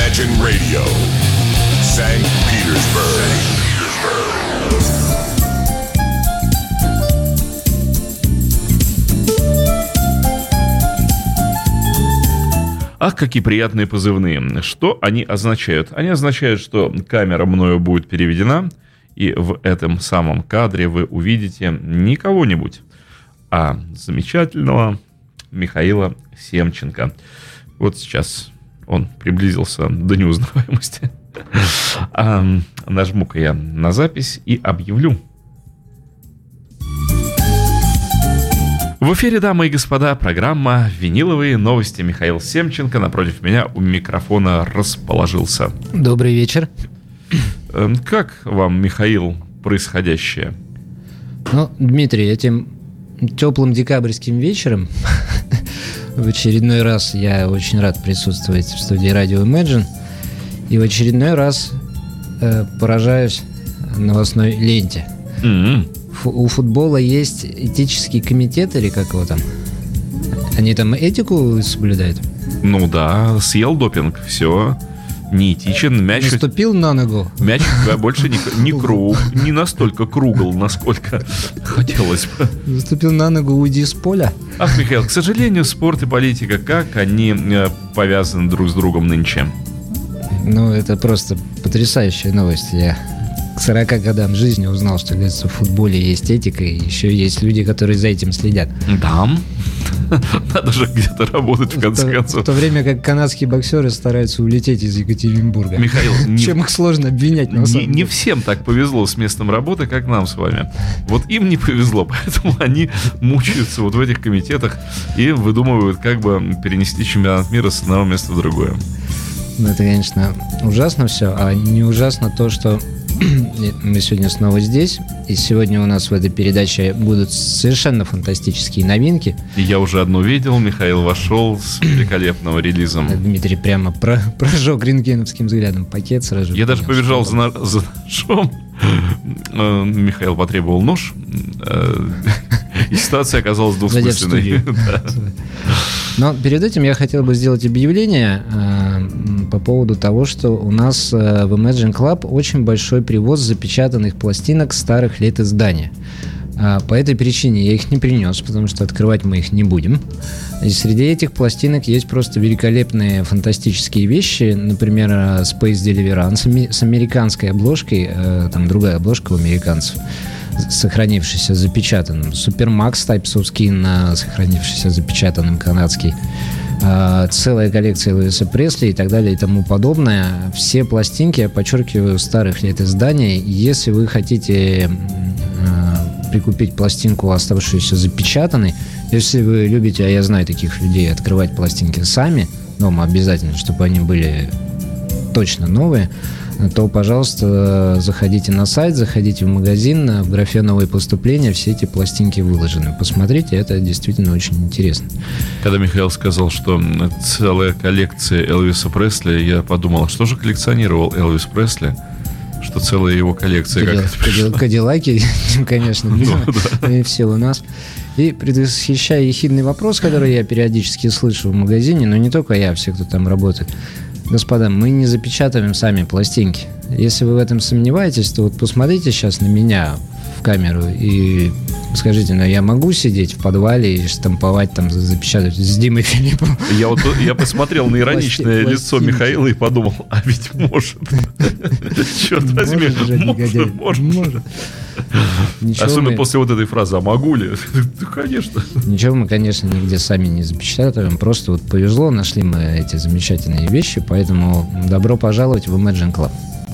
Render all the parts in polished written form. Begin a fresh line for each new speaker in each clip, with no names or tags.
Imagine Radio, St. Petersburg.
Ах, какие приятные позывные. Что они означают? Они означают, что камера мною будет переведена, и в этом самом кадре вы увидите не кого-нибудь, а замечательного Михаила Семченко. Вот сейчас он приблизился до неузнаваемости. Нажму-ка я на запись и объявлю. В эфире, дамы и господа, программа «Виниловые новости». Михаил Семченко напротив меня у микрофона расположился.
Добрый вечер.
Как вам, Михаил, происходящее?
Ну, Дмитрий, этим теплым декабрьским вечером в очередной раз я очень рад присутствовать в студии радио Imagine. И в очередной раз поражаюсь новостной ленте. У футбола есть этический комитет, или как его там? Они там этику соблюдают?
Ну да, съел допинг, все, неэтичен. Мяч
наступил на ногу.
Мяч у тебя больше не настолько кругл, насколько хотелось бы.
Наступил на ногу, уйди с поля.
Ах, Михаил, к сожалению, спорт и политика, как они повязаны друг с другом нынче?
Ну, это просто потрясающая новость. Я к 40 годам жизни узнал, что, говорится, в футболе есть этика, и еще есть люди, которые за этим следят.
Да. Надо же где-то работать, в конце концов.
В то время как канадские боксеры стараются улететь из Екатеринбурга.
Михаил,
чем их сложно обвинять, на самом деле.
Не всем так повезло с местом работы, как нам с вами. Вот им не повезло, поэтому они мучаются вот в этих комитетах и выдумывают, как бы перенести чемпионат мира с одного места в другое.
Ну, это, конечно, ужасно все, а не ужасно то, что мы сегодня снова здесь, и сегодня у нас в этой передаче будут совершенно фантастические новинки.
И я уже одну видел, Михаил вошел с великолепным релизом.
Дмитрий прямо прожег рентгеновским взглядом пакет сразу.
Я даже побежал за ножом. Михаил потребовал нож, и ситуация оказалась двусмысленной.
Но перед этим я хотел бы сделать объявление по поводу того, что у нас в Imagine Club очень большой привоз запечатанных пластинок старых лет издания. По этой причине я их не принес, потому что открывать мы их не будем. И среди этих пластинок есть просто великолепные фантастические вещи. Например, Space Deliverance с американской обложкой, там другая обложка у американцев, сохранившийся запечатанным. Supermax Types of Skin, сохранившийся запечатанным, канадский. Целая коллекция Элвиса Пресли и так далее и тому подобное. Все пластинки, я подчеркиваю, старых лет издания. Если вы хотите прикупить пластинку, оставшуюся запечатанной, если вы любите, а я знаю таких людей, открывать пластинки сами дома обязательно, чтобы они были точно новые, то, пожалуйста, заходите на сайт, заходите в магазин, в графе «Новые поступления» все эти пластинки выложены. Посмотрите, это действительно очень интересно.
Когда Михаил сказал, что целая коллекция Элвиса Пресли, я подумал, что же коллекционировал Элвис Пресли? Что целая его коллекция.
Кадиллаки, конечно, они все у нас. И предвосхищая ехидный вопрос, который я периодически слышу в магазине, но не только я, все, кто там работает. Господа, мы не запечатываем сами пластинки. Если вы в этом сомневаетесь, то вот посмотрите сейчас на меня в камеру и скажите, ну я могу сидеть в подвале и штамповать там, запечатать с Димой Филипповым?
Я посмотрел на ироничное лицо Михаила и подумал, а ведь может. Черт возьми, может. Особенно после вот этой фразы, а могу ли? Конечно.
Ничего мы, конечно, нигде сами не запечатываем. Просто вот повезло, нашли мы эти замечательные вещи, поэтому добро пожаловать в Imagine Club.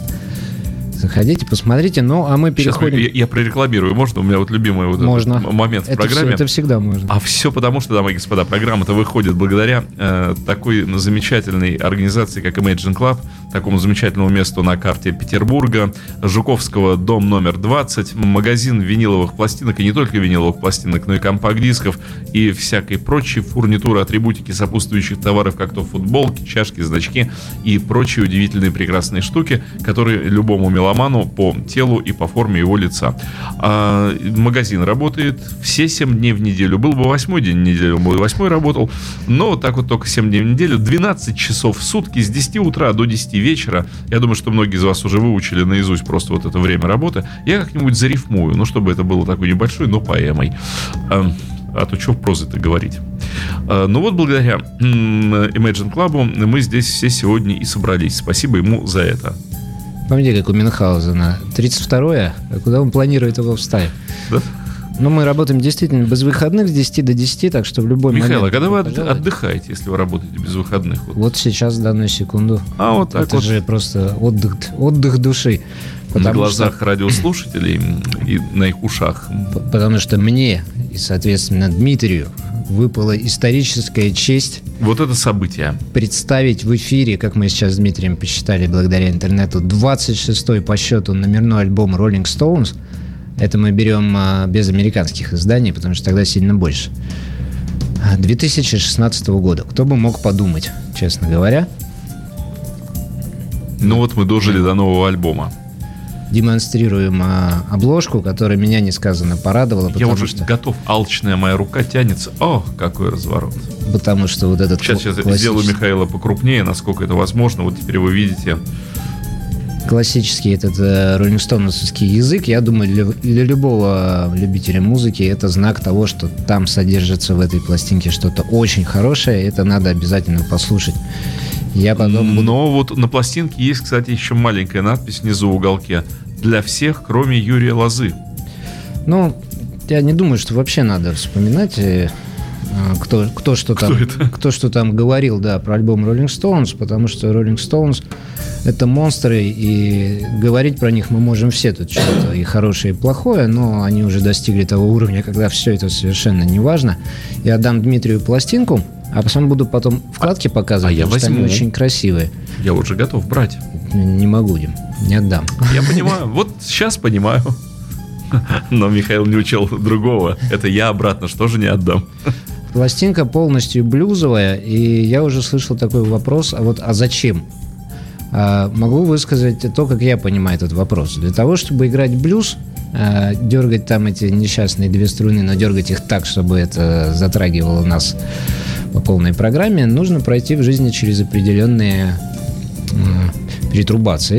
Заходите, посмотрите. Ну, а мы переходим...
Сейчас я прорекламирую. Можно? У меня вот любимый вот
этот
момент в программе.
Это всегда можно.
А все потому, что, дамы и господа, программа-то выходит благодаря такой замечательной организации, как Imagine Club, такому замечательному месту на карте Петербурга, Жуковского, дом номер 20, магазин виниловых пластинок, и не только виниловых пластинок, но и компакт-дисков, и всякой прочей фурнитуры, атрибутики сопутствующих товаров, как то футболки, чашки, значки и прочие удивительные прекрасные штуки, которые любому меломану меломану по телу и по форме его лица. Магазин работает все 7 дней в неделю. Был бы 8-й день недели, он бы 8-й работал. Но вот так вот только 7 дней в неделю. 12 часов в сутки с 10 утра до 10 вечера. Я думаю, что многие из вас уже выучили наизусть просто вот это время работы. Я как-нибудь зарифмую, чтобы это было такой небольшой, но поэмой. А то что в прозе-то говорить. Ну вот благодаря Imagine Club мы здесь все сегодня и собрались. Спасибо ему за это.
Помните, как у Мюнхгаузена 32-е, куда он планирует его вставить?
Да?
Но мы работаем действительно без выходных с 10 до 10, так что в любой
Михаил,
момент...
а когда вы отдыхаете, если вы работаете без выходных?
Вот сейчас, в данную секунду.
Вот так
это
вот.
же просто отдых души.
На глазах радиослушателей и на их ушах.
Потому что мне и, соответственно, Дмитрию выпала историческая честь
вот это событие
представить в эфире, как мы сейчас с Дмитрием посчитали благодаря интернету, 26-й по счету номерной альбом Rolling Stones. Это мы берем без американских изданий, потому что тогда сильно больше. 2016 года. Кто бы мог подумать, честно говоря.
Ну вот мы дожили до нового альбома.
Демонстрируем обложку, которая меня несказанно порадовала.
Я уже готов, алчная моя рука тянется. О, какой разворот.
Потому что вот этот
Сейчас сделаю Михаила покрупнее, насколько это возможно. Вот теперь вы видите.
Классический этот роллингстоунсовский язык, я думаю, для любого любителя музыки это знак того, что там содержится в этой пластинке что-то очень хорошее, это надо обязательно послушать. Я потом буду...
Но вот на пластинке есть, кстати, еще маленькая надпись внизу в уголке. Для всех, кроме Юрия Лозы.
Ну, я не думаю, что вообще надо вспоминать, кто что там говорил, да, про альбом Rolling Stones, потому что Rolling Stones это монстры, и говорить про них мы можем все тут что-то и хорошее, и плохое, но они уже достигли того уровня, когда все это совершенно не важно. Я отдам Дмитрию пластинку, а потом буду вкладки показывать, потому что они очень красивые.
Я уже готов брать.
Не могу, Дим, не отдам.
Я понимаю, вот сейчас понимаю. Но Михаил не учел другого. Это я обратно, что же не отдам?
Пластинка полностью блюзовая, и я уже слышал такой вопрос, а зачем? Могу высказать то, как я понимаю этот вопрос. Для того, чтобы играть блюз, дергать там эти несчастные 2 струны, но дергать их так, чтобы это затрагивало нас по полной программе, нужно пройти в жизни через определенные перетрубации.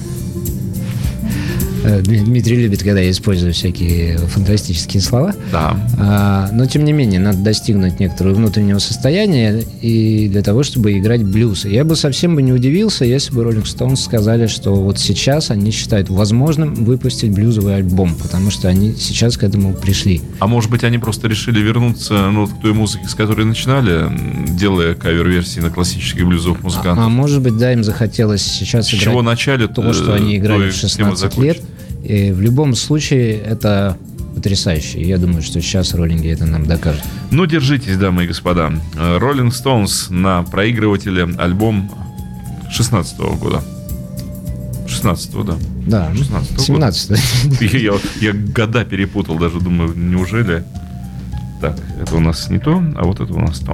Дмитрий любит, когда я использую всякие фантастические слова.
Да.
Но, тем не менее, надо достигнуть некоторого внутреннего состояния и для того, чтобы играть блюз. Я бы совсем не удивился, если бы Rolling Stones сказали, что вот сейчас они считают возможным выпустить блюзовый альбом, потому что они сейчас к этому пришли.
А может быть, они просто решили вернуться к той музыке, с которой начинали, делая кавер-версии на классических блюзовых музыкантов?
Может быть, да, им захотелось сейчас играть
чего начали,
то, что они играли в 16 лет. И в любом случае это потрясающе. Я думаю, что сейчас роллинги это нам докажут.
Ну, держитесь, дамы и господа. Rolling Stones на проигрывателе, альбом 16-го года. 16-го, да.
Да, 17-го.
Я года перепутал, даже думаю, неужели? Так, это у нас не то, а вот это у нас то.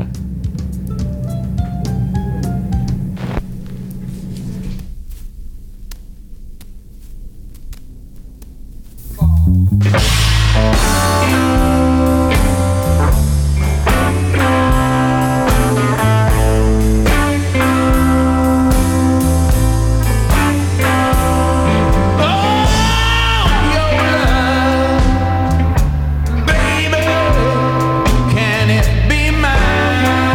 Can it be mine?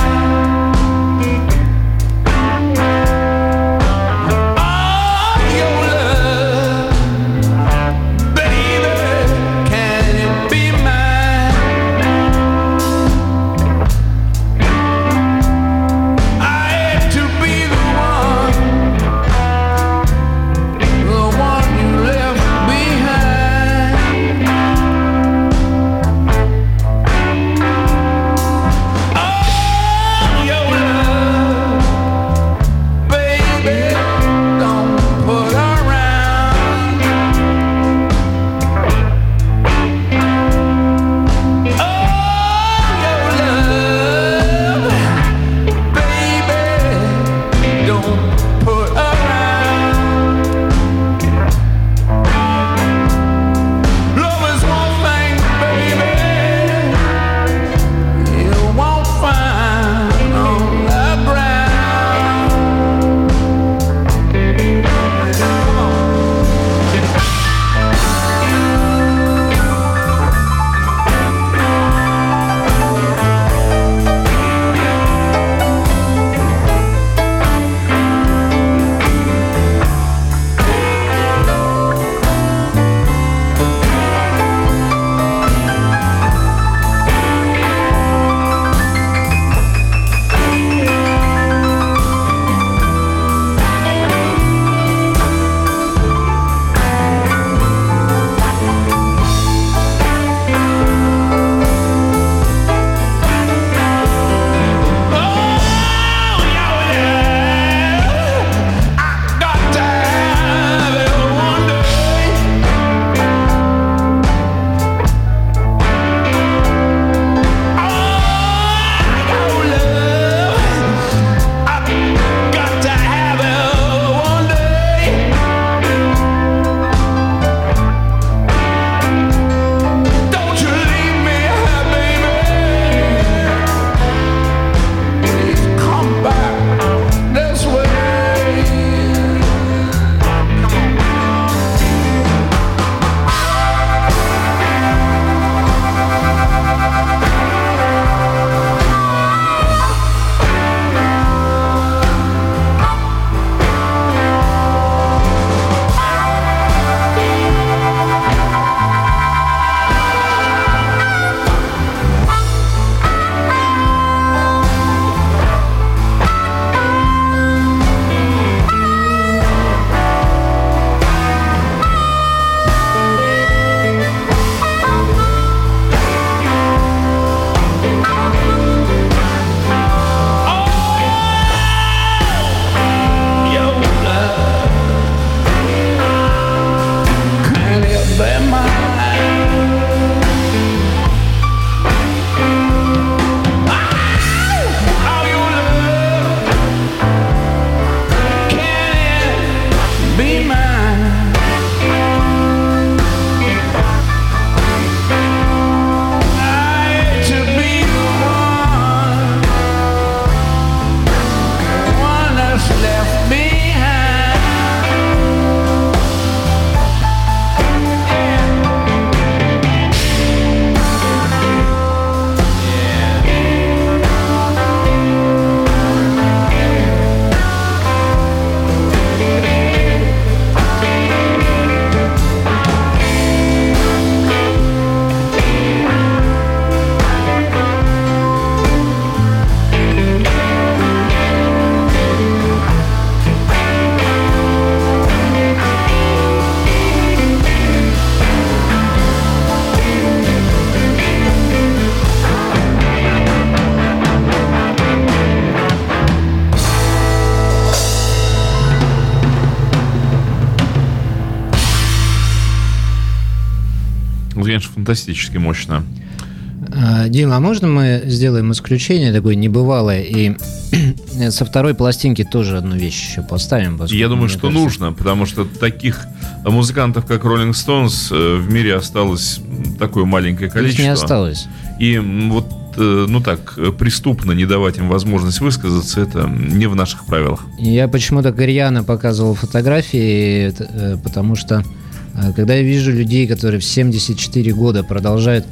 конечно, фантастически мощно.
Дима, а можно мы сделаем исключение такое небывалое и со второй пластинки тоже одну вещь еще поставим?
Я думаю, что кажется... нужно, потому что таких музыкантов, как Rolling Stones, в мире осталось такое маленькое количество.
Их не осталось.
И вот, ну так, преступно не давать им возможность высказаться, это не в наших правилах.
Я почему-то рьяно показывал фотографии, потому что когда я вижу людей, которые в 74 года продолжают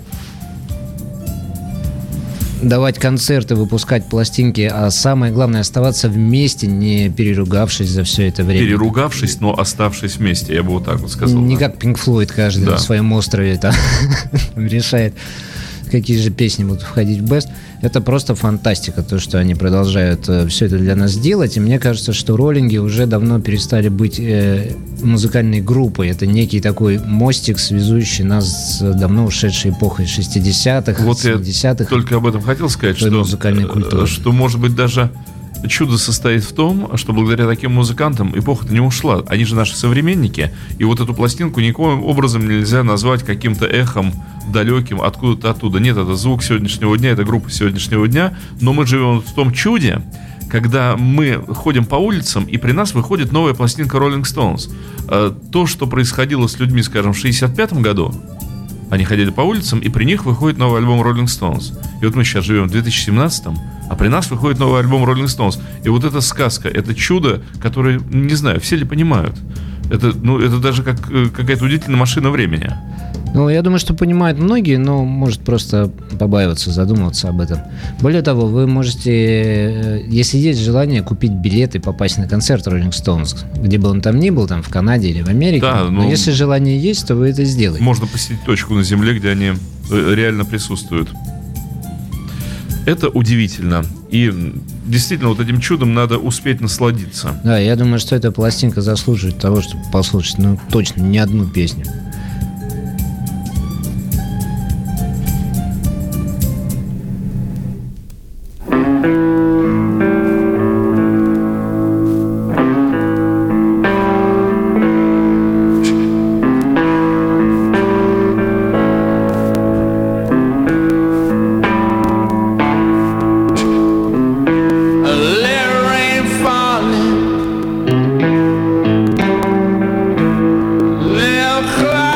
давать концерты, выпускать пластинки, а самое главное оставаться вместе, не переругавшись за все это время.
Переругавшись, но оставшись вместе, я бы вот так вот сказал.
Не как Pink Floyd каждый на своем острове там решает, какие же песни будут входить в Best. Это просто фантастика, то, что они продолжают все это для нас делать. И мне кажется, что роллинги уже давно перестали быть музыкальной группой. Это некий такой мостик, связующий нас с давно ушедшей эпохой 60-х,
вот
70-х.
Я только об этом хотел сказать, что, может быть, даже чудо состоит в том, что благодаря таким музыкантам эпоха-то не ушла. Они же наши современники. И вот эту пластинку никаким образом нельзя назвать каким-то эхом далеким откуда-то оттуда. Нет, это звук сегодняшнего дня, это группа сегодняшнего дня. Но мы живем в том чуде, когда мы ходим по улицам, и при нас выходит новая пластинка Rolling Stones. То, что происходило с людьми, скажем, в 65-м году, они ходили по улицам, и при них выходит новый альбом Rolling Stones. И вот мы сейчас живем в 2017-м, а при нас выходит новый альбом Rolling Stones. И вот эта сказка, это чудо, которое, не знаю, все ли понимают. Это даже как какая-то удивительная машина времени.
Ну, я думаю, что понимают многие, но может просто побаиваться, задумываться об этом. Более того, вы можете, если есть желание, купить билет и попасть на концерт Rolling Stones, где бы он там ни был, там в Канаде или в Америке. Да, но если желание есть, то вы это сделаете.
Можно посетить точку на Земле, где они реально присутствуют. Это удивительно. И действительно, вот этим чудом надо успеть насладиться.
Да, я думаю, что эта пластинка заслуживает того, чтобы послушать, точно не одну песню.
Cry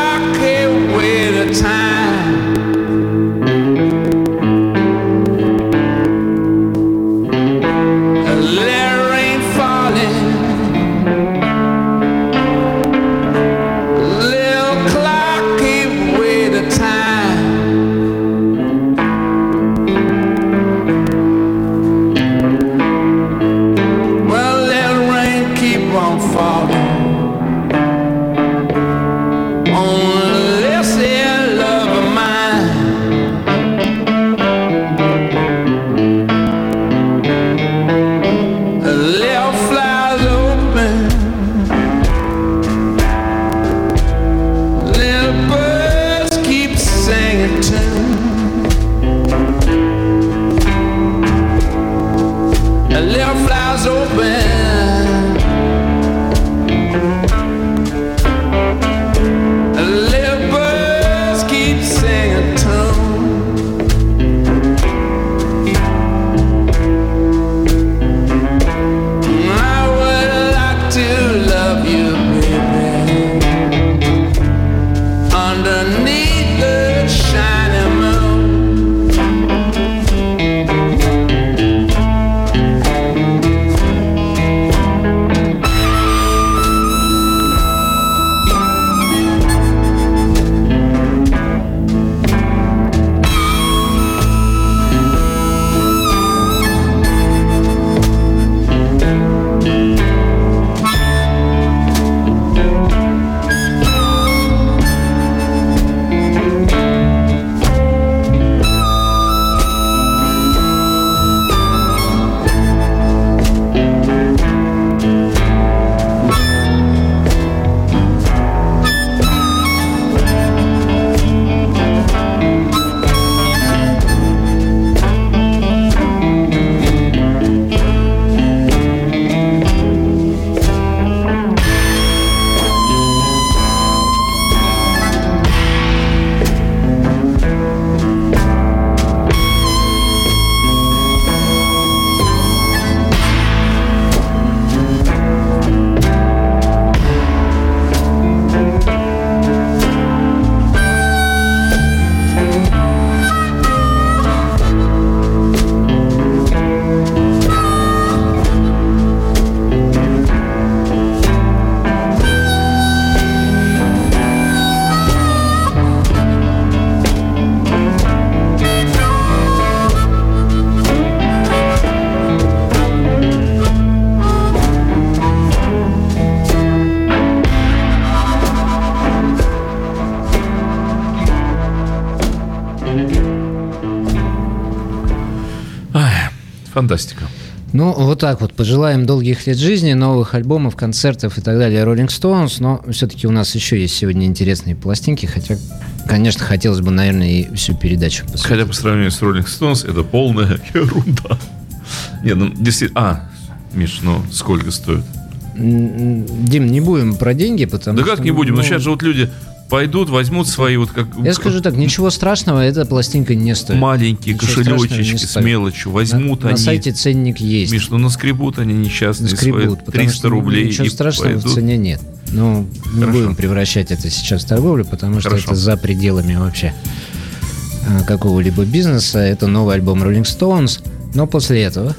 Фантастика.
Ну, вот так вот. Пожелаем долгих лет жизни, новых альбомов, концертов и так далее Rolling Stones. Но все-таки у нас еще есть сегодня интересные пластинки. Хотя, конечно, хотелось бы, наверное, и всю передачу посмотреть.
Хотя по сравнению с Rolling Stones это полная ерунда. Не, ну действительно... Миш, ну сколько стоит?
Дим, не будем про деньги, потому что...
Да как не будем? Ну сейчас же вот люди пойдут, возьмут свои вот как...
Я скажу так, ничего страшного эта пластинка не стоит.
Маленькие
Ничего
кошелечечки с мелочью возьмут они.
На сайте ценник есть.
Миш, ну наскребут они несчастные
наскребут,
свои 300 рублей.
Ничего страшного в цене нет. Ну, не будем превращать это сейчас в торговлю, потому что это за пределами вообще какого-либо бизнеса. Это новый альбом Rolling Stones. Но после этого...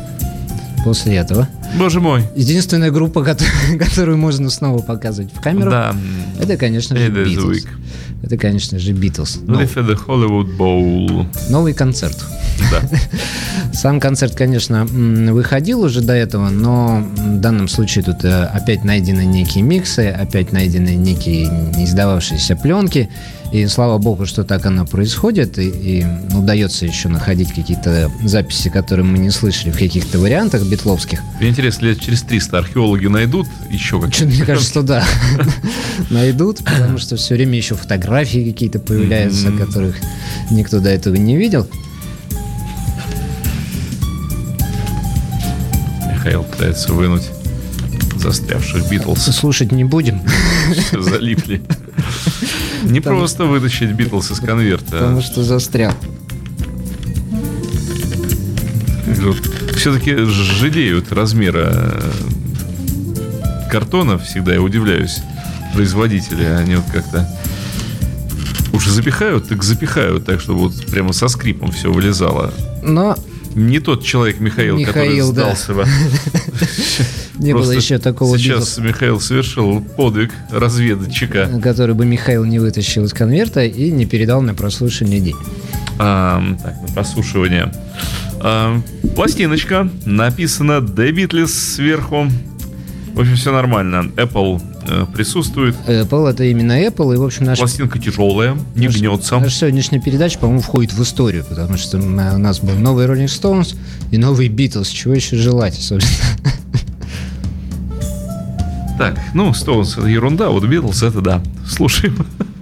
Боже мой.
Единственная группа, которую можно снова показывать в камеру,
да.
Это, конечно же, Beatles. Это, конечно же, Beatles.
Live at the Hollywood Bowl.
Новый концерт.
Да.
Сам концерт, конечно, выходил уже до этого, но в данном случае тут опять найдены некие миксы, опять найдены некие не издававшиеся пленки. И слава богу, что так оно происходит, и удается еще находить какие-то записи, которые мы не слышали в каких-то вариантах битловских.
Мне интересно, лет через 300 археологи найдут еще какие-то?
Мне кажется, что да. Найдут, потому что все время еще фотографии какие-то появляются, которых никто до этого не видел.
Михаил пытается вынуть застрявших Битлз.
Слушать не будем.
Залипли. Не просто вытащить Битлз из конверта.
Потому что застрял.
Все-таки жалеют размера картона. Всегда я удивляюсь. Производители, они вот как-то уж запихают, так чтобы вот прямо со скрипом все вылезало.
Но...
Не тот человек, Михаил, который сдался бы.
Не было еще такого
сейчас Михаил совершил подвиг разведчика,
который бы Михаил не вытащил из конверта и не передал на прослушивание денег.
Так, на прослушивание. Пластиночка. Написано The Beatles сверху. В общем, все нормально. Apple присутствует.
Apple — это именно Apple. И, в общем, наша
пластинка тяжелая, не гнется.
Наша сегодняшняя передача, по-моему, входит в историю, потому что у нас был новый Rolling Stones и новый Beatles. Чего еще желать, собственно?
Так, ну, Stones — это ерунда, вот Beatles — это да. Слушаем.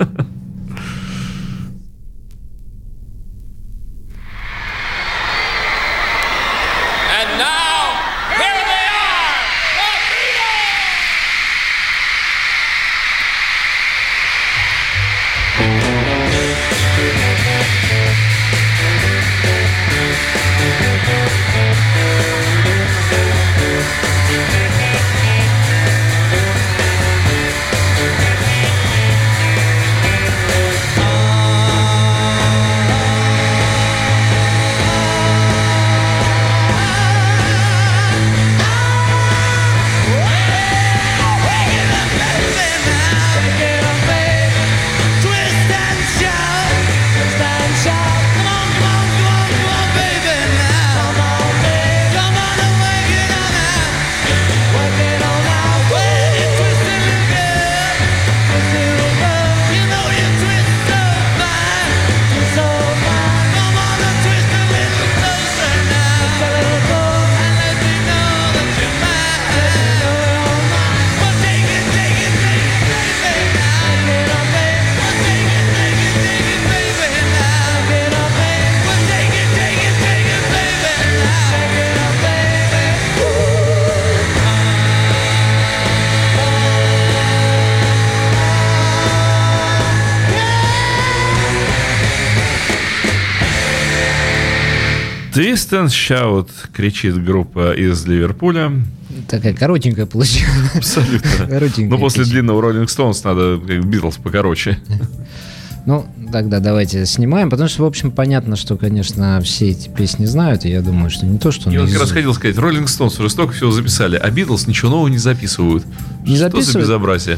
Twist and Shout, кричит группа из Ливерпуля.
Такая коротенькая получилась.
Абсолютно. Но после длинного Rolling Stones надо Beatles покороче.
Ну, тогда давайте снимаем, потому что, в общем, понятно, что, конечно, все эти песни знают, и я думаю, что не то, что...
Я как раз хотел сказать, Rolling Stones уже столько всего записали, а Beatles ничего нового не записывают.
Не записывают?
Что за безобразие?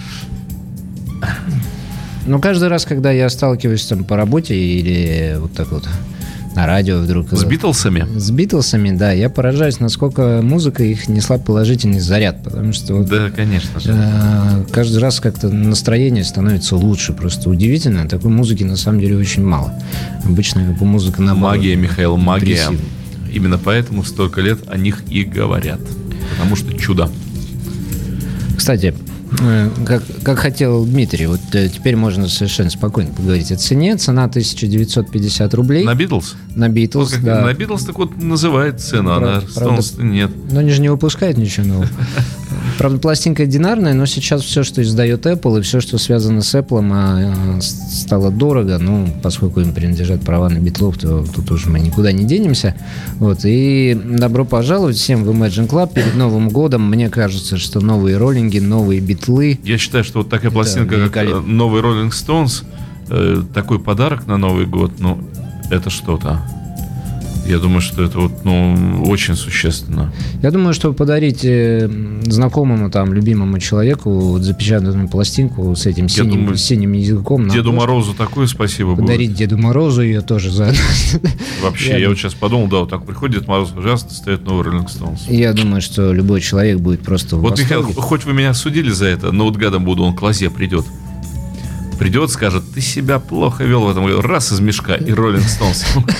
Ну, каждый раз, когда я сталкиваюсь там по работе или вот так вот на радио вдруг...
С Битлсами?
С Битлсами, да. Я поражаюсь, насколько музыка их несла положительный заряд, потому что... Вот,
да, конечно же.
Каждый раз как-то настроение становится лучше. Просто удивительно. Такой музыки на самом деле очень мало. Обычно музыка наоборот.
Магия, Михаил, магия. Именно поэтому столько лет о них и говорят. Потому что чудо.
Кстати, как хотел Дмитрий, вот теперь можно совершенно спокойно поговорить о цене. Цена 1950 рублей.
На Битлз?
На Битлз,
вот,
да.
На Битлз так вот называет цену,
правда,
нет.
Но они же не выпускают ничего нового. Правда, пластинка одинарная, но сейчас все, что издает Apple, и все, что связано с Apple, стало дорого. Ну, поскольку им принадлежат права на битлов, то тут уже мы никуда не денемся. Вот. И добро пожаловать всем в Imagine Club перед Новым годом. Мне кажется, что новые роллинги, новые битлы.
Я считаю, что вот такая пластинка, как новый Rolling Stones, такой подарок на Новый год, ну, это что-то. Я думаю, что это вот, очень существенно.
Я думаю, что подарить знакомому, там, любимому человеку вот запечатанную пластинку с этим синим языком.
Деду Морозу такое спасибо
подарить будет. Деду Морозу ее тоже за.
Вообще, я вот сейчас подумал, да, вот так приходит Дед Мороз, ужасно стоит новый Rolling Stones.
Я думаю, что любой человек будет просто в восторге.
Вот, Михаил, хоть вы меня судили за это, но вот гадом буду, он к лозе придет, скажет, ты себя плохо вел в этом году, раз из мешка и Rolling Stones.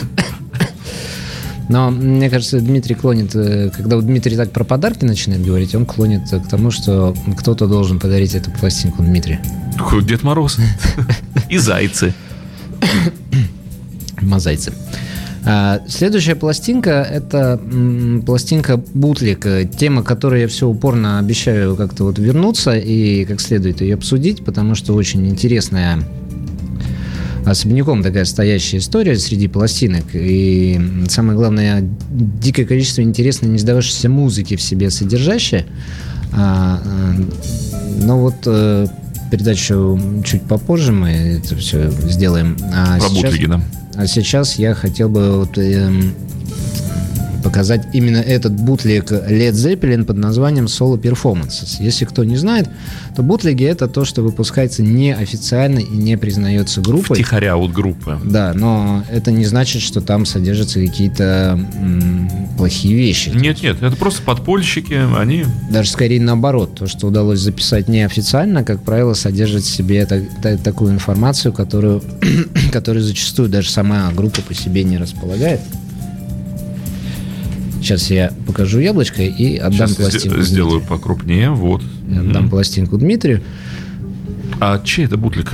Но, мне кажется, Дмитрий клонит, когда вот Дмитрий так про подарки начинает говорить, он клонит к тому, что кто-то должен подарить эту пластинку Дмитрию.
Дед Мороз. И зайцы.
Мазайцы. Следующая пластинка – это пластинка «Бутлик», тема, которой я все упорно обещаю как-то вот вернуться и как следует ее обсудить, потому что очень интересная, особняком такая стоящая история среди пластинок. И самое главное, дикое количество интересной, не сдававшейся музыки в себе содержащее. Но вот передачу чуть попозже мы это все сделаем.
Про бутлиги, да.
А сейчас я хотел бы вот, показать именно этот бутлег Led Zeppelin под названием Solo Performances. Если кто не знает, то бутлеги — это то, что выпускается неофициально и не признается группой.
Втихаря от группы.
Да, но это не значит, что там содержатся какие-то плохие вещи.
Нет, это просто подпольщики, они...
Даже скорее наоборот. То, что удалось записать неофициально, как правило, содержит в себе такую информацию, которую зачастую даже сама группа по себе не располагает. Сейчас я покажу яблочко и отдам пластинку.
Сделаю покрупнее, вот.
Отдам пластинку Дмитрию.
А чей это бутлик?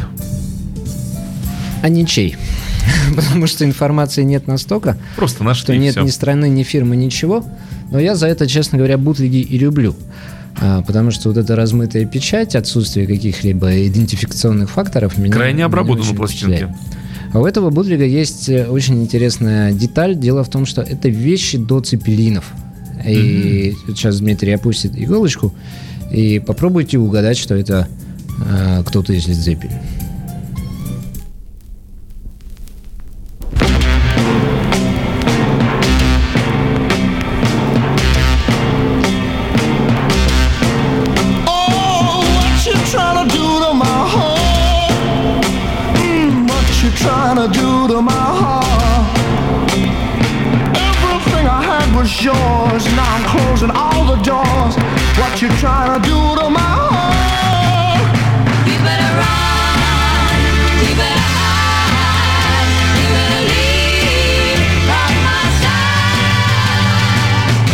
А ничей. Потому что информации нет настолько,
просто нашли,
что нет
все.
ни страны, ни фирмы, ничего. Но я за это, честно говоря, бутлиги и люблю. Потому что вот эта размытая печать, отсутствие каких-либо идентификационных факторов меня
крайне обработана пластинки.
А у этого бутлега есть очень интересная деталь. Дело в том, что это вещи до цепелинов. И сейчас Дмитрий опустит иголочку, и попробуйте угадать, что это кто-то из Led Zeppelin.
Yours, now I'm closing all the doors. What you trying to do to my heart? You better run, you better hide, you better leave from my side.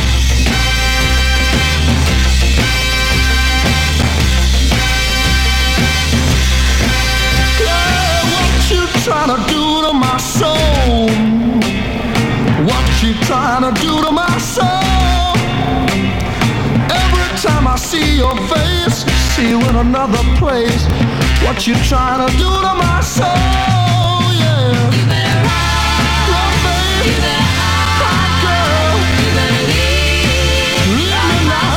Yeah, what you trying to do to my soul? What you trying to do to my soul? Every time I see your face, see you in another place. What you trying to do to my soul? Yeah. You better run, baby. You better hide, girl. You better leave me now.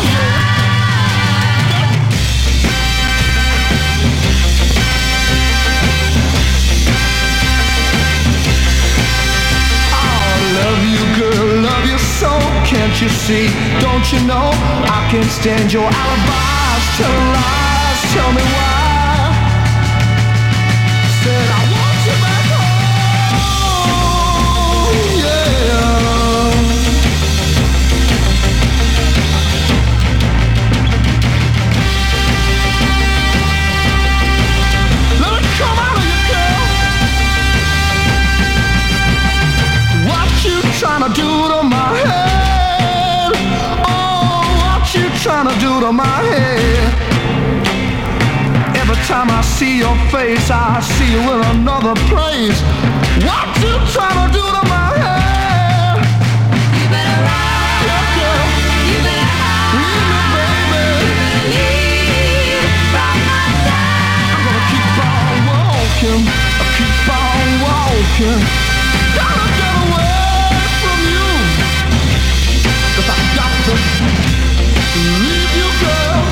Can't you see, don't you know, I can't stand your alibis, telling lies, tell me why. Said I want you back home, yeah. Let it come out of you, girl. What you trying to do to my trying to do to my head? Every time I see your face, I see you in another place. What you trying to do to my head? You better ride, yeah, girl. You better hide, leave me, baby. You better leave by my side. I'm gonna keep on walking, keep on walking. Gotta get away from you, 'cause I got to leave you, girl.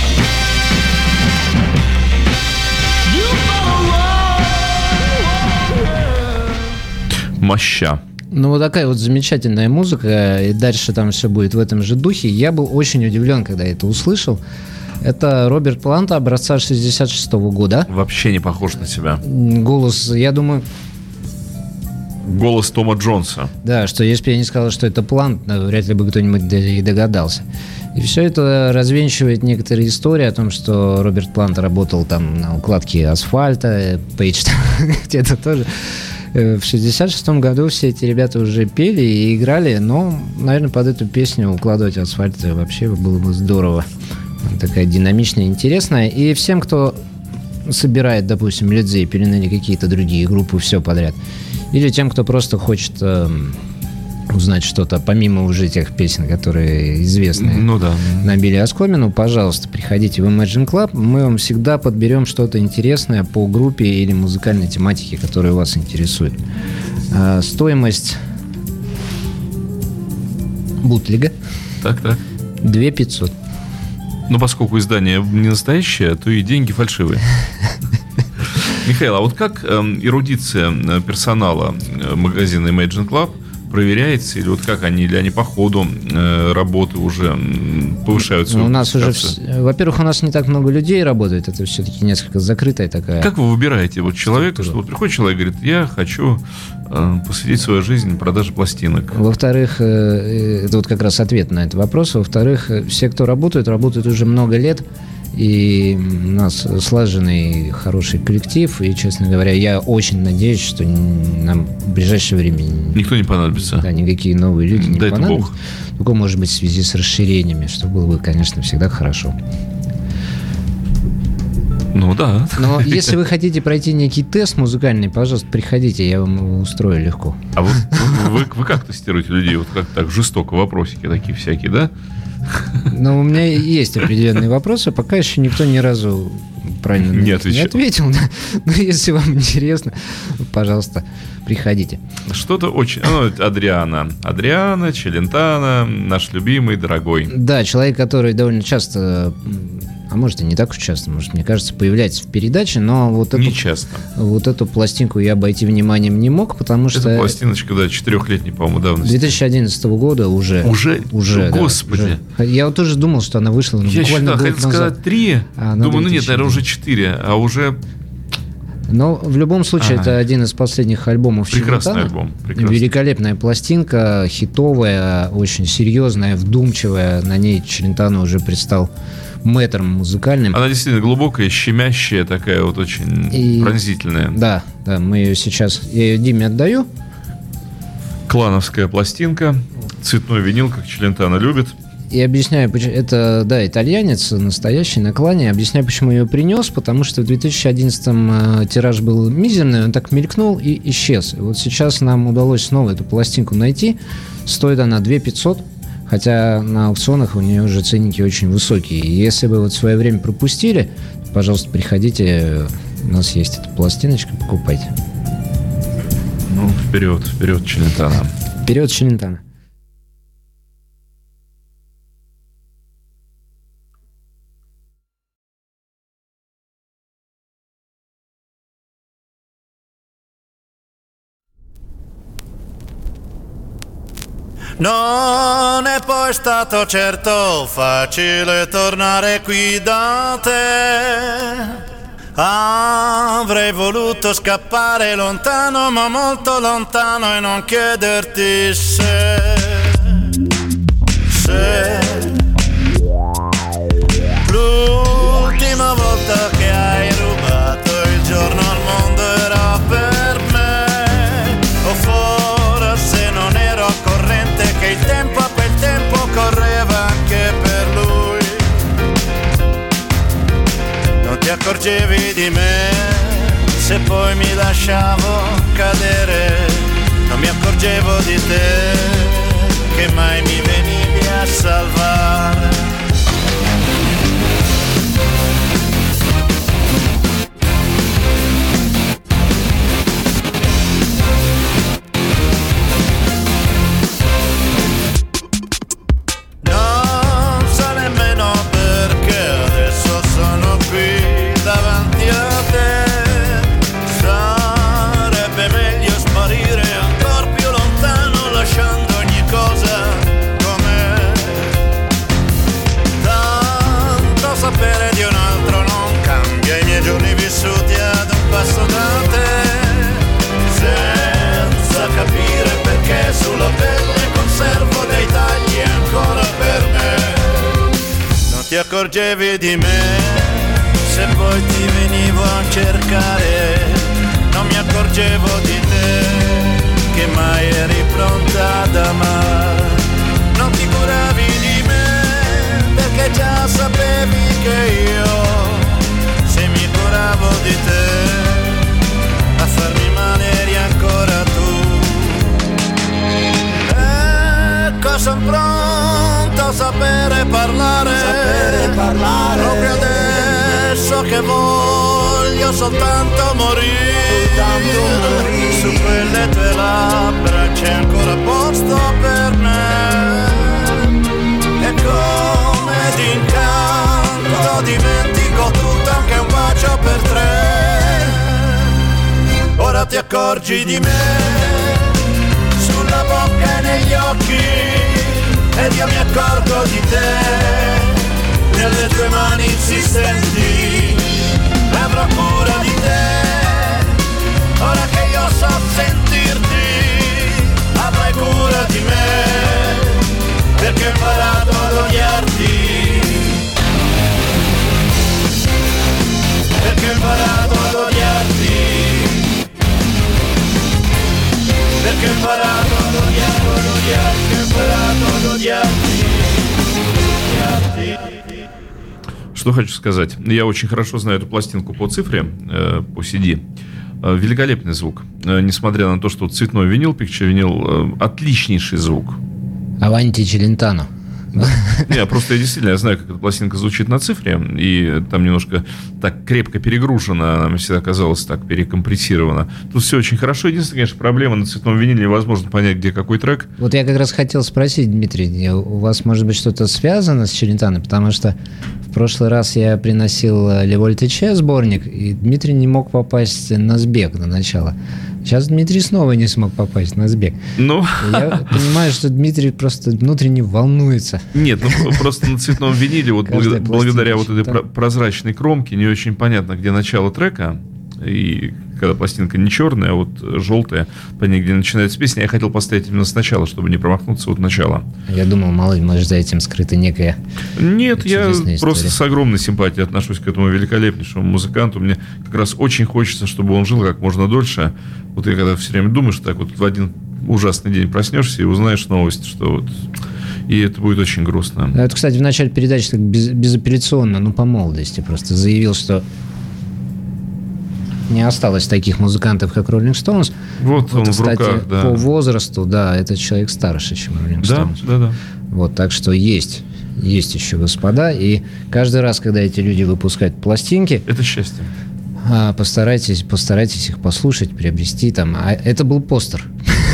Моща.
Ну, вот такая вот замечательная музыка, и дальше там все будет в этом же духе. Я был очень удивлен, когда это услышал. Это Роберт Планта, образца 66-го года.
Вообще не похож на себя.
Голос, я думаю...
Голос Тома Джонса.
Да, что если бы я не сказал, что это Плант, вряд ли бы кто-нибудь и догадался. И все это развенчивает некоторые истории о том, что Роберт Плант работал там на укладке асфальта, Пейдж где-то тоже. В 66-м году все эти ребята уже пели и играли, но, наверное, под эту песню укладывать асфальт вообще было бы здорово. Она такая динамичная, интересная. И всем, кто собирает, допустим, Led Zeppelin или какие-то другие группы, все подряд, или тем, кто просто хочет узнать что-то, помимо уже тех песен, которые известны на Билли Оскомину, пожалуйста, приходите в Imagine Club. Мы вам всегда подберем что-то интересное по группе или музыкальной тематике, которая вас интересует. Стоимость бутлега
Так.
2500.
Но поскольку издание не настоящее, то и деньги фальшивые. Михаил, а вот как эрудиция персонала магазина Imagine Club проверяется, или вот как они, или они по ходу работы уже повышают свою
у нас уже,
квалификацию?
во-первых, у нас не так много людей работает, это все-таки несколько закрытая такая.
Как вы выбираете вот человека, что вот приходит человек и говорит, я хочу посвятить свою жизнь продаже пластинок?
Во-вторых, это вот как раз ответ на этот вопрос. Во-вторых, все, кто работают уже много лет. И у нас слаженный хороший коллектив. И, честно говоря, я очень надеюсь, что нам в ближайшее время
никто не понадобится.
Да, никакие новые люди не
Дай-то
понадобятся.
Бог.
Только, может быть, в связи с расширениями, что было бы, конечно, всегда хорошо.
Ну да.
Но если вы хотите пройти некий тест музыкальный, пожалуйста, приходите, я вам его устрою легко.
А вот вы как тестируете людей? Вот как так жестоко вопросики такие всякие, да?
Но у меня есть определенные вопросы, пока еще никто ни разу правильно не ответил. Но если вам интересно, пожалуйста, приходите.
Что-то очень... Адриана, Челентано, наш любимый, дорогой.
Да, человек, который довольно часто, а может и не так уж часто, может, мне кажется, появляется в передаче, но вот
не часто.
Вот эту пластинку я обойти вниманием не мог, потому что...
Это пластиночка, да, 4-летней, по-моему, давности.
2011 года уже.
Уже? Господи.
Да, уже. Я вот тоже думал, что она вышла
я считал, хотел сказать 3. Думаю, нет, наверное, уже 4, а уже...
Но в любом случае это один из последних альбомов Челентано.
Прекрасный альбом. Прекрасный.
Великолепная пластинка, хитовая, очень серьезная, вдумчивая. На ней Челентано уже предстал мэтром музыкальным.
Она действительно глубокая, щемящая, такая вот очень пронзительная.
Да, мы ее сейчас... Я ее Диме отдаю.
Клановская пластинка. Цветной винил, как Челентано любит.
И объясняю, это, да, итальянец, настоящий, на клане. Объясняю, почему я ее принес, потому что в 2011-м тираж был мизерный, он так мелькнул и исчез. И вот сейчас нам удалось снова эту пластинку найти. Стоит она 2500, хотя на аукционах у нее уже ценники очень высокие. И если вы вот в свое время пропустили, пожалуйста, приходите, у нас есть эта пластиночка, покупайте.
Ну, вперед, Челентано.
Вперед, Челентано.
Non è poi stato certo facile tornare qui da te. Avrei voluto scappare lontano, ma molto lontano, e non chiederti se l'ultima volta che hai rubato il giorno al mondo era per me, o forse non ero al corrente che il tempo a quel tempo correva anche per lui. accorgevi di me, se poi mi lasciavo cadere, non mi accorgevo di te, che mai mi venivi a salvare. Sulla pelle conservo dei tagli ancora per me. Non ti accorgevi di me, se poi ti venivo a cercare, non mi accorgevo di te, che mai eri pronta ad amare. Non ti curavi di me, perché già sapevi che io, se mi curavo di te, a farmi male eri ancora tu. Sono pronto a sapere parlare, proprio adesso che voglio soltanto morire, su quelle tue labbra c'è ancora posto per me, e come d'incanto dimentico tutto, anche un bacio per tre. Ora ti accorgi di me, sulla bocca e negli occhi, ed io mi accorgo di te, nelle tue mani insistenti, avrò cura di te, ora che io so sentirti, avrai cura di me, perché ho imparato ad odiarti, perché ho imparato ad odiarti, perché ho imparato ad odiarti, ho imparato ad odiarti.
Что хочу сказать. Я очень хорошо знаю эту пластинку по цифре, по CD. Великолепный звук. Несмотря на то, что цветной винил, Picture винил, отличнейший звук.
Аванти Челентано.
Не, просто я знаю, как эта пластинка звучит на цифре, и там немножко так крепко перегружена, она мне всегда казалась так перекомпрессирована. Тут все очень хорошо. Единственная, конечно, проблема: на цветном виниле невозможно понять, где какой трек.
Вот я как раз хотел спросить, Дмитрий, у вас, может быть, что-то связано с Челентано, потому что в прошлый раз я приносил Le Voltige сборник, и Дмитрий не мог попасть на сбег на начало. Сейчас Дмитрий снова не смог попасть на сбег.
Ну...
Я понимаю, что Дмитрий просто внутренне волнуется.
Нет, ну просто на цветном виниле, вот благодаря вот этой прозрачной кромке, не очень понятно, где начало трека. И когда пластинка не черная, а вот желтая, по ней, где начинается песня, я хотел поставить именно сначала, чтобы не промахнуться от начала.
Я думал, мало ли, может, за этим скрыта некая...
Нет, я просто с огромной симпатией отношусь к этому великолепнейшему музыканту. Мне как раз очень хочется, чтобы он жил как можно дольше. Вот я когда все время думаю, что так вот в один ужасный день проснешься и узнаешь новость, что вот... И это будет очень грустно.
Это, кстати, в начале передачи так безапелляционно, ну, по молодости просто заявил, что не осталось таких музыкантов, как Rolling Stones.
Вот он,
кстати,
в руках, да.
По возрасту, да, этот человек старше, чем Rolling Stones.
Да.
Вот, так что есть еще господа. И каждый раз, когда эти люди выпускают пластинки...
Это счастье.
Постарайтесь их послушать, приобрести там. А это был постер.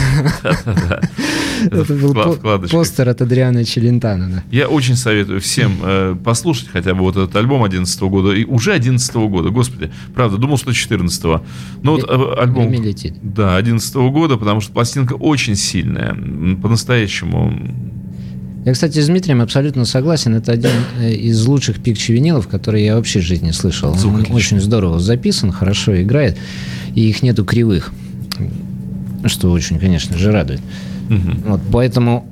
Это был постер от Адриано Челентано.
Я очень советую всем послушать хотя бы вот этот альбом 2011 года. И уже 2011 года, господи. Правда, думал, что 2014. Но вот альбом...
Время летит.
Да, 2011 года, потому что пластинка очень сильная. По-настоящему...
Я, кстати, с Дмитрием абсолютно согласен. Это один из лучших пикче-винилов, которые я вообще в жизни слышал. Он очень здорово записан, хорошо играет, и их нету кривых, что очень, конечно же, радует. Вот, поэтому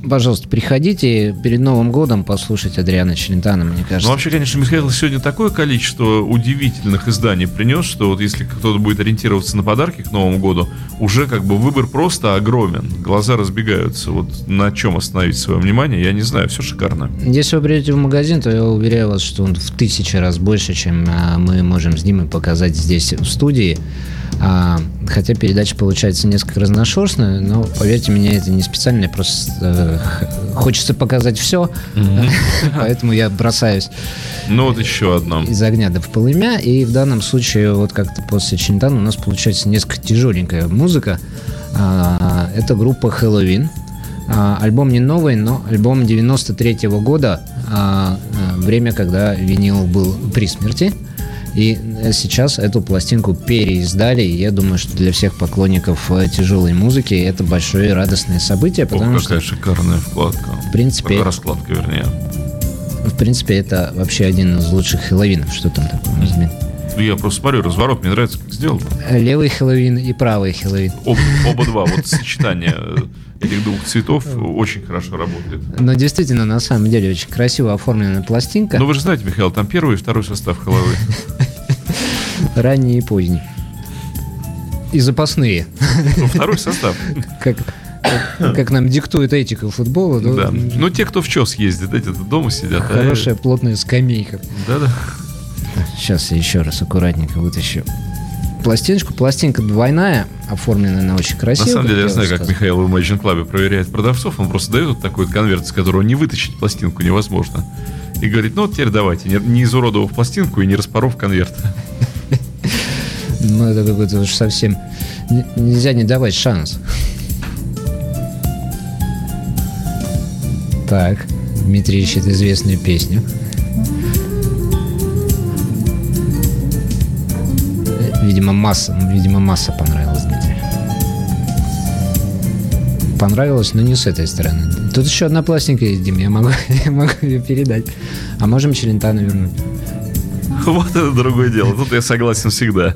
Пожалуйста, приходите перед Новым годом послушать Адриано Челентано, мне кажется.
Ну, вообще, конечно, Михаил сегодня такое количество удивительных изданий принес, что вот если кто-то будет ориентироваться на подарки к Новому году, уже как бы выбор просто огромен. Глаза разбегаются. Вот на чем остановить свое внимание, я не знаю, все шикарно.
Если вы придете в магазин, то я уверяю вас, что он в 1000 раз больше, чем мы можем с Димой показать здесь в студии. Хотя передача получается несколько разношерстная, но, поверьте мне, это не специально, просто хочется показать все, поэтому я бросаюсь
Ну вот еще одно.
из огня до в полымя, и в данном случае вот как-то после Челентано у нас получается несколько тяжеленькая музыка. Это группа Helloween. Альбом не новый, но альбом 93-го года, время, когда винил был при смерти. И сейчас эту пластинку переиздали, и я думаю, что для всех поклонников тяжелой музыки это большое и радостное событие, потому
какая
что
шикарная вкладка.
в принципе,
Раскладка, вернее.
это вообще один из лучших Хэллоуинов. Что там такое?
Я просто смотрю, разворот мне нравится, как сделал.
Левый Хэллоуин и правый Хэллоуин.
Оба два. Вот сочетание этих двух цветов очень хорошо работает.
Но действительно, на самом деле, очень красиво оформленная пластинка.
Ну вы же знаете, Михаил, там первый и второй состав Хэллоуин.
Ранний и поздний. И запасные.
Ну, второй состав.
Как нам диктует этика футбола.
Да. Ну, те, кто в ЧОС ездит, эти дома сидят.
Хорошая плотная скамейка.
Да-да.
Сейчас я еще раз аккуратненько вытащу пластиночку. Пластинка двойная, оформлена она очень красиво.
На самом деле, я знаю,
уже
как
сказал.
Михаил в Imagine Club проверяет продавцов. Он просто дает вот такой вот конверт, с которого не вытащить пластинку невозможно. И говорит, ну вот теперь давайте, не изуродовав пластинку и не распоров конверт.
Ну, это какой-то уж совсем... Нельзя не давать шанс. Так, Дмитрий ищет известную песню. Видимо, масса понравилась Дмитрию. Понравилось, но не с этой стороны. Тут еще одна пластинка есть, Дим, я могу ее передать. А можем Челентано вернуть.
Вот это другое дело. Тут я согласен всегда.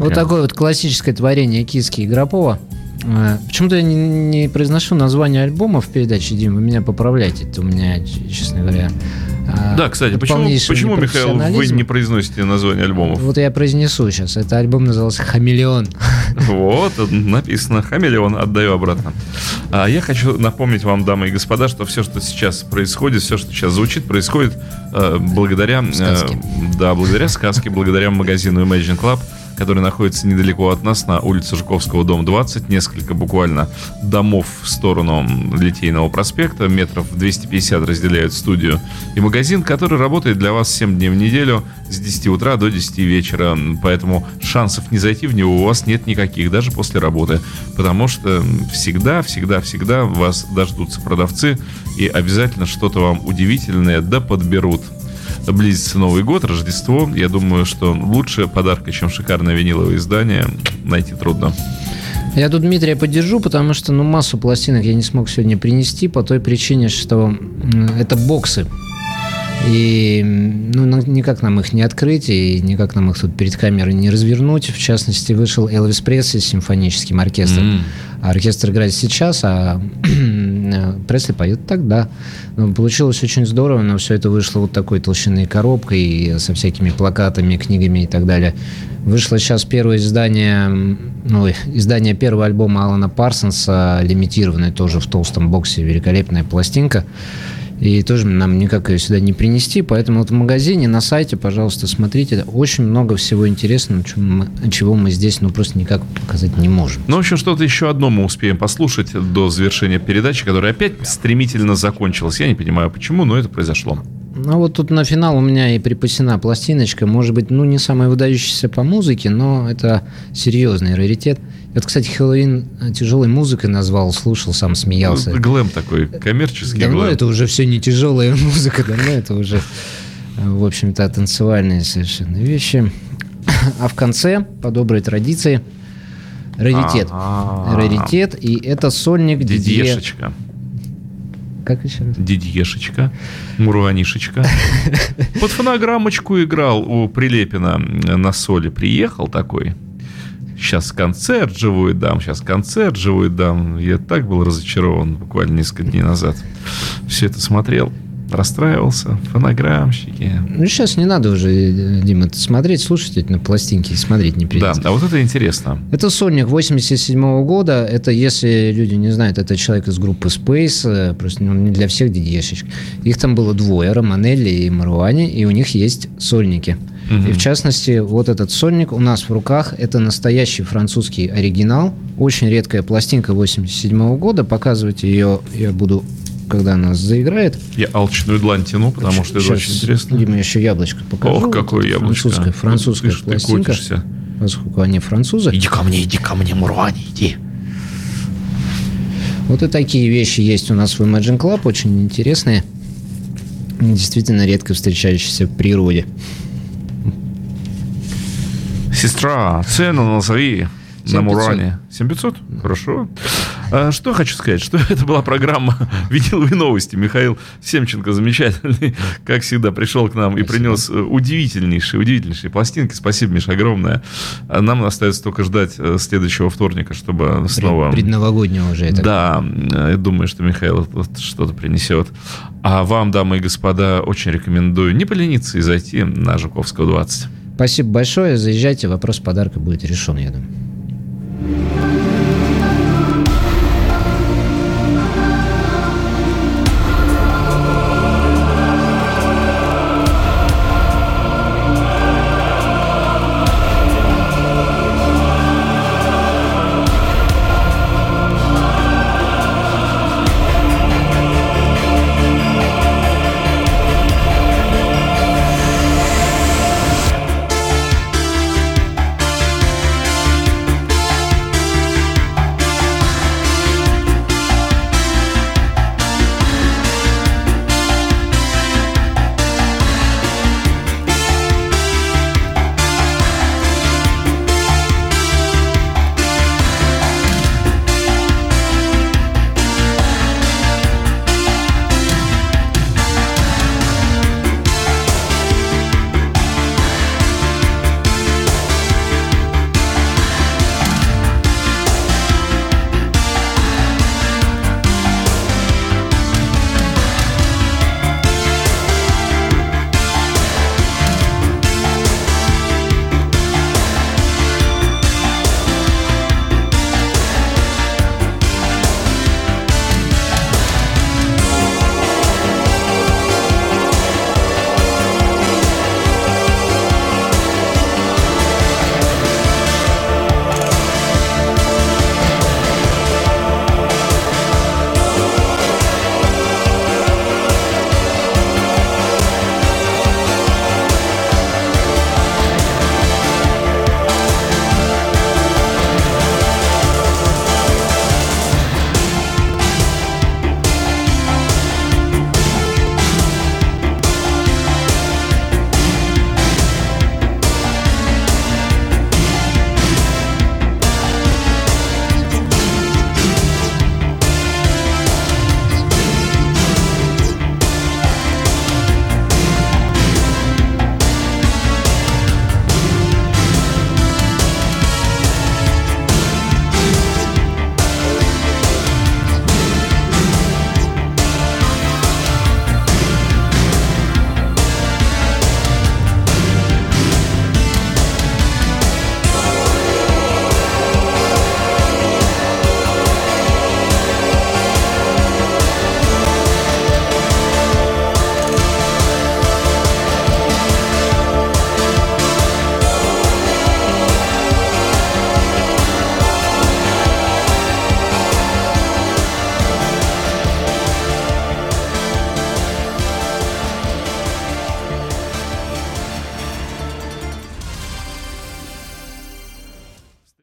Вот такое вот классическое творение Киски и Грапова. Почему-то я не произношу название альбома в передаче, Дим, вы меня поправляйте. Это у меня, честно говоря...
Да, кстати, почему, Михаил, вы не произносите название альбомов?
Вот я произнесу сейчас. Это альбом назывался «Хамелеон». Вот,
написано «Хамелеон», отдаю обратно. Я хочу напомнить вам, дамы и господа, что все, что сейчас происходит, все, что сейчас звучит, происходит благодаря сказке. Благодаря сказке, благодаря магазину Imagine Club, который находится недалеко от нас, на улице Жуковского, дом 20, несколько буквально домов в сторону Литейного проспекта, метров 250 разделяют студию и магазин, который работает для вас 7 дней в неделю с 10 утра до 10 вечера, поэтому шансов не зайти в него у вас нет никаких, даже после работы, потому что всегда вас дождутся продавцы и обязательно что-то вам удивительное подберут. Близится Новый год, Рождество. Я думаю, что лучше подарка, чем шикарное виниловое издание, найти трудно.
Я тут Дмитрия поддержу, потому что массу пластинок я не смог сегодня принести по той причине, что это боксы. И никак нам их не открыть, и никак нам их тут перед камерой не развернуть. В частности, вышел Элвис Пресли с симфоническим оркестром. А оркестр играет сейчас, а Пресли поет тогда. Получилось очень здорово, но все это вышло вот такой толщиной коробкой, со всякими плакатами, книгами и так далее. Вышло сейчас первое издание первого альбома Алана Парсонса, лимитированное тоже в толстом боксе, великолепная пластинка. И тоже нам никак ее сюда не принести. Поэтому вот в магазине, на сайте, пожалуйста, смотрите. Очень много всего интересного, чего мы здесь просто никак показать не можем.
В общем, что-то еще одно мы успеем послушать до завершения передачи, которая опять стремительно закончилась. Я не понимаю, почему, но это произошло.
Вот тут на финал у меня и припасена пластиночка. Может быть, не самая выдающаяся по музыке, но это серьезный раритет. Это, кстати, Хэллоуин тяжелой музыкой назвал, слушал, сам смеялся.
Глэм такой, коммерческий
давно
глэм.
Это уже все не тяжелая музыка, давно это уже, в общем-то, танцевальные совершенно вещи. А в конце, по доброй традиции, раритет. Раритет, и это сольник
Дидьешечка.
Как еще раз?
Дидьешечка, Муруанишечка. Под фонограммочку играл у Прилепина на соли. Приехал такой. Сейчас концерт живой дам. Я так был разочарован буквально несколько дней назад. Все это смотрел, расстраивался. Фонограммщики.
Сейчас не надо уже, Дима, смотреть, слушать эти на пластинки, смотреть не придется.
Да, а вот это интересно.
Это сольник 87 года. Это, если люди не знают, это человек из группы Space. Просто не для всех дидьешечек. Их там было двое, Романелли и Маруани, и у них есть сольники. И в частности, вот этот сольник у нас в руках. Это настоящий французский оригинал. Очень редкая пластинка 87 года. Показывать ее я буду, когда она заиграет.
Я алчную длань тяну, потому что это очень интересно.
Дима, еще яблочко покажу.
Ох, какое яблочко.
Французская пластинка. Поскольку они французы.
Иди ко мне, Муруани, иди.
Вот и такие вещи есть у нас в Imagine Club. Очень интересные. Действительно редко встречающиеся в природе.
Сестра, цену назови на Муране. 7500? Хорошо. Что хочу сказать, что это была программа «Виниловые новости». Михаил Семченко замечательный, как всегда, пришел к нам и принес удивительнейшие пластинки. Спасибо, Миша, огромное. Нам остается только ждать следующего вторника, чтобы снова...
Предновогоднего уже.
Да, я думаю, что Михаил что-то принесет. А вам, дамы и господа, очень рекомендую не полениться и зайти на Жуковского, 20.
Спасибо большое. Заезжайте. Вопрос подарка будет решен, я думаю.